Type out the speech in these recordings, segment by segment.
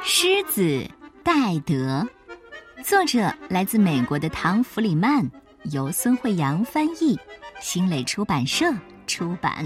狮子戴德，作者来自美国的汤·弗里曼，由孙慧阳翻译，新蕾出版社出版。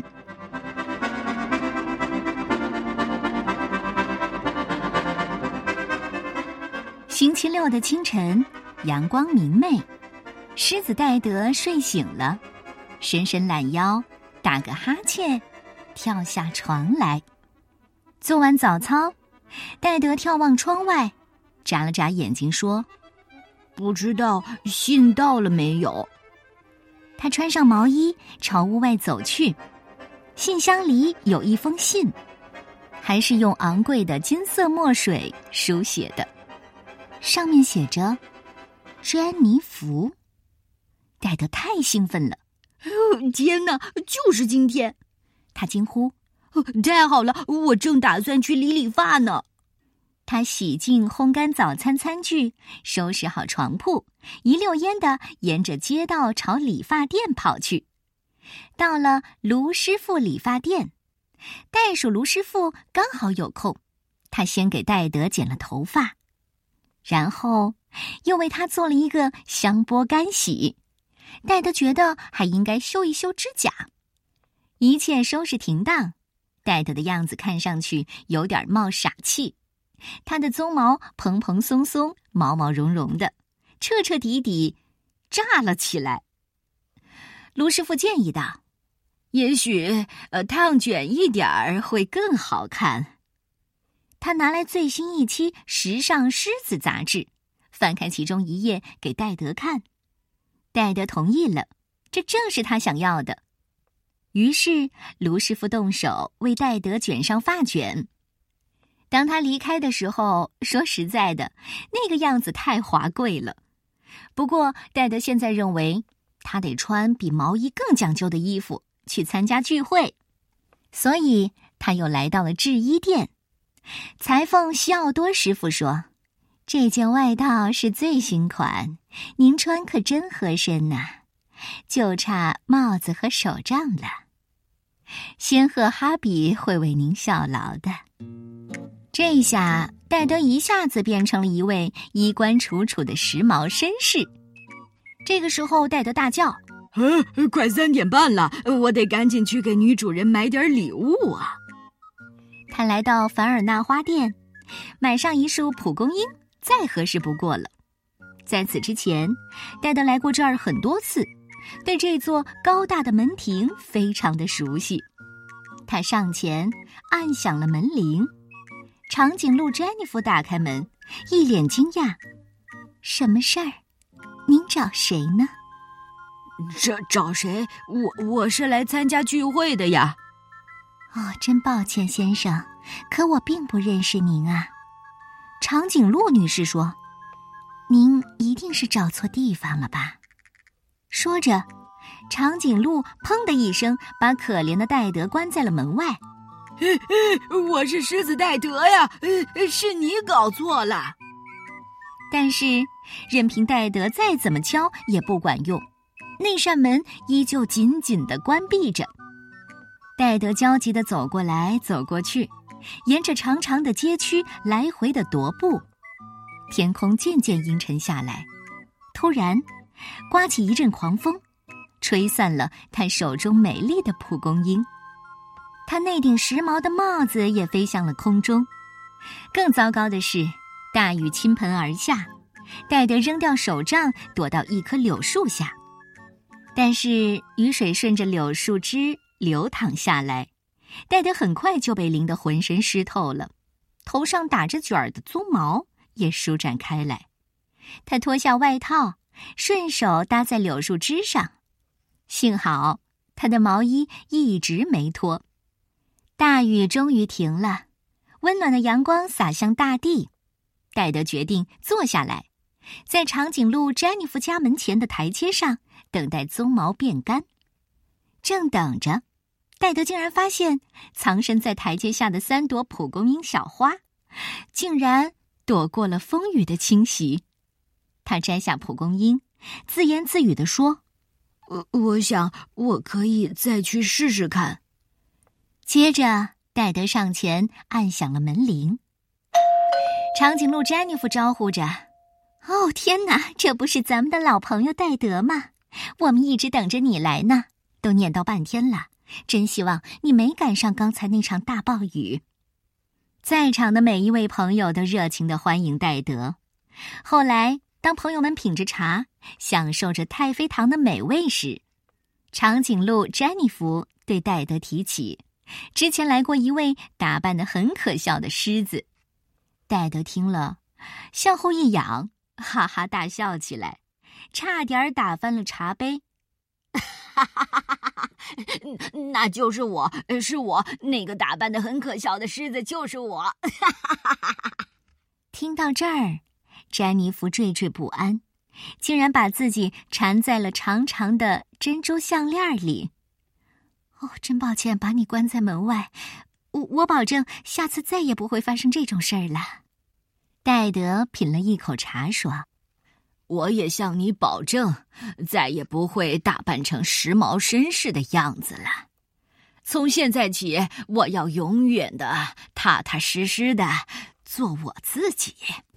星期六的清晨，阳光明媚，狮子戴德睡醒了，伸伸懒腰，打个哈欠，跳下床来。做完早操，戴德眺望窗外，眨了眨眼睛说：“ 不知道信到了没有。” 他穿上毛衣，朝屋外走去。信箱里有一封信，还是用昂贵的金色墨水书写的，上面写着詹妮弗。戴德太兴奋了， 天哪，就是今天！ 他惊呼：“ 太好了，我正打算去理发呢。” 他洗净烘干早餐餐具，收拾好床铺，一溜烟地沿着街道朝理发店跑去。到了卢师傅理发店，袋鼠卢师傅刚好有空，他先给戴德剪了头发，然后又为他做了一个香波干洗。戴德觉得还应该修一修指甲。一切收拾停当，戴德的样子看上去有点冒傻气。他的鬃毛蓬蓬松松，毛毛茸茸的，彻彻底底炸了起来。卢师傅建议道：“ 也许烫卷一点儿会更好看。” 他拿来最新一期《时尚狮子》杂志，翻开其中一页给戴德看。戴德同意了，这正是他想要的。于是卢师傅动手为戴德卷上发卷。当他离开的时候，说实在的，那个样子太华贵了。不过戴德现在认为他得穿比毛衣更讲究的衣服去参加聚会，所以他又来到了制衣店。裁缝西奥多师傅说：“这件外套是最新款，您穿可真合身呐，就差帽子和手杖了。仙鹤哈比会为您效劳的。”这一下，戴德一下子变成了一位衣冠楚楚的时髦绅士。这个时候，戴德大叫：“ 快3点半了，我得赶紧去给女主人买点礼物啊！” 他来到凡尔纳花店，买上一束蒲公英，再合适不过了。在此之前，戴德来过这儿很多次，对这座高大的门庭非常的熟悉。他上前按响了门铃。长颈鹿詹妮弗打开门，一脸惊讶：“什么事儿？您找谁呢？”“ 找谁？我是来参加聚会的呀。”“ 哦，真抱歉，先生，可我并不认识您啊。”长颈鹿女士说：“您一定是找错地方了吧？”说着，长颈鹿砰的一声把可怜的戴德关在了门外。 “我是狮子戴德呀，是你搞错了。” 但是任凭戴德再怎么敲也不管用，那扇门依旧紧紧地关闭着。戴德焦急地走过来走过去，沿着长长的街区来回地踱步。天空渐渐阴沉下来，突然刮起一阵狂风，吹散了他手中美丽的蒲公英。他那顶时髦的帽子也飞向了空中。更糟糕的是，大雨倾盆而下，戴德扔掉手杖，躲到一棵柳树下。但是雨水顺着柳树枝流淌下来，戴德很快就被淋得浑身湿透了，头上打着卷儿的鬃毛也舒展开来。他脱下外套，顺手搭在柳树枝上，幸好他的毛衣一直没脱。大雨终于停了，温暖的阳光洒向大地。戴德决定坐下来，在长颈鹿詹妮弗家门前的台阶上等待鬃毛变干。正等着，戴德竟然发现藏身在台阶下的3朵蒲公英小花竟然躲过了风雨的侵袭。他摘下蒲公英，自言自语地说：“ 我想我可以再去试试看。” 接着戴德上前按响了门铃。 长颈鹿詹妮弗招呼着：“哦，天哪，这不是咱们的老朋友戴德吗？我们一直等着你来呢，都念叨半天了。真希望你没赶上刚才那场大暴雨。”在场的每一位朋友都热情地欢迎戴德。后来，当朋友们品着茶，享受着太妃糖的美味时，长颈鹿詹妮弗对戴德提起，之前来过一位打扮得很可笑的狮子。戴德听了，向后一仰，哈哈大笑起来，差点打翻了茶杯。 那就是我，是我，那个打扮得很可笑的狮子就是我。 听到这儿，詹妮弗惴惴不安，竟然把自己缠在了长长的珍珠项链里。哦，真抱歉把你关在门外，我保证下次再也不会发生这种事儿了。戴德品了一口茶说：“ 我也向你保证，再也不会打扮成时髦绅士的样子了。从现在起，我要永远的踏踏实实的做我自己。”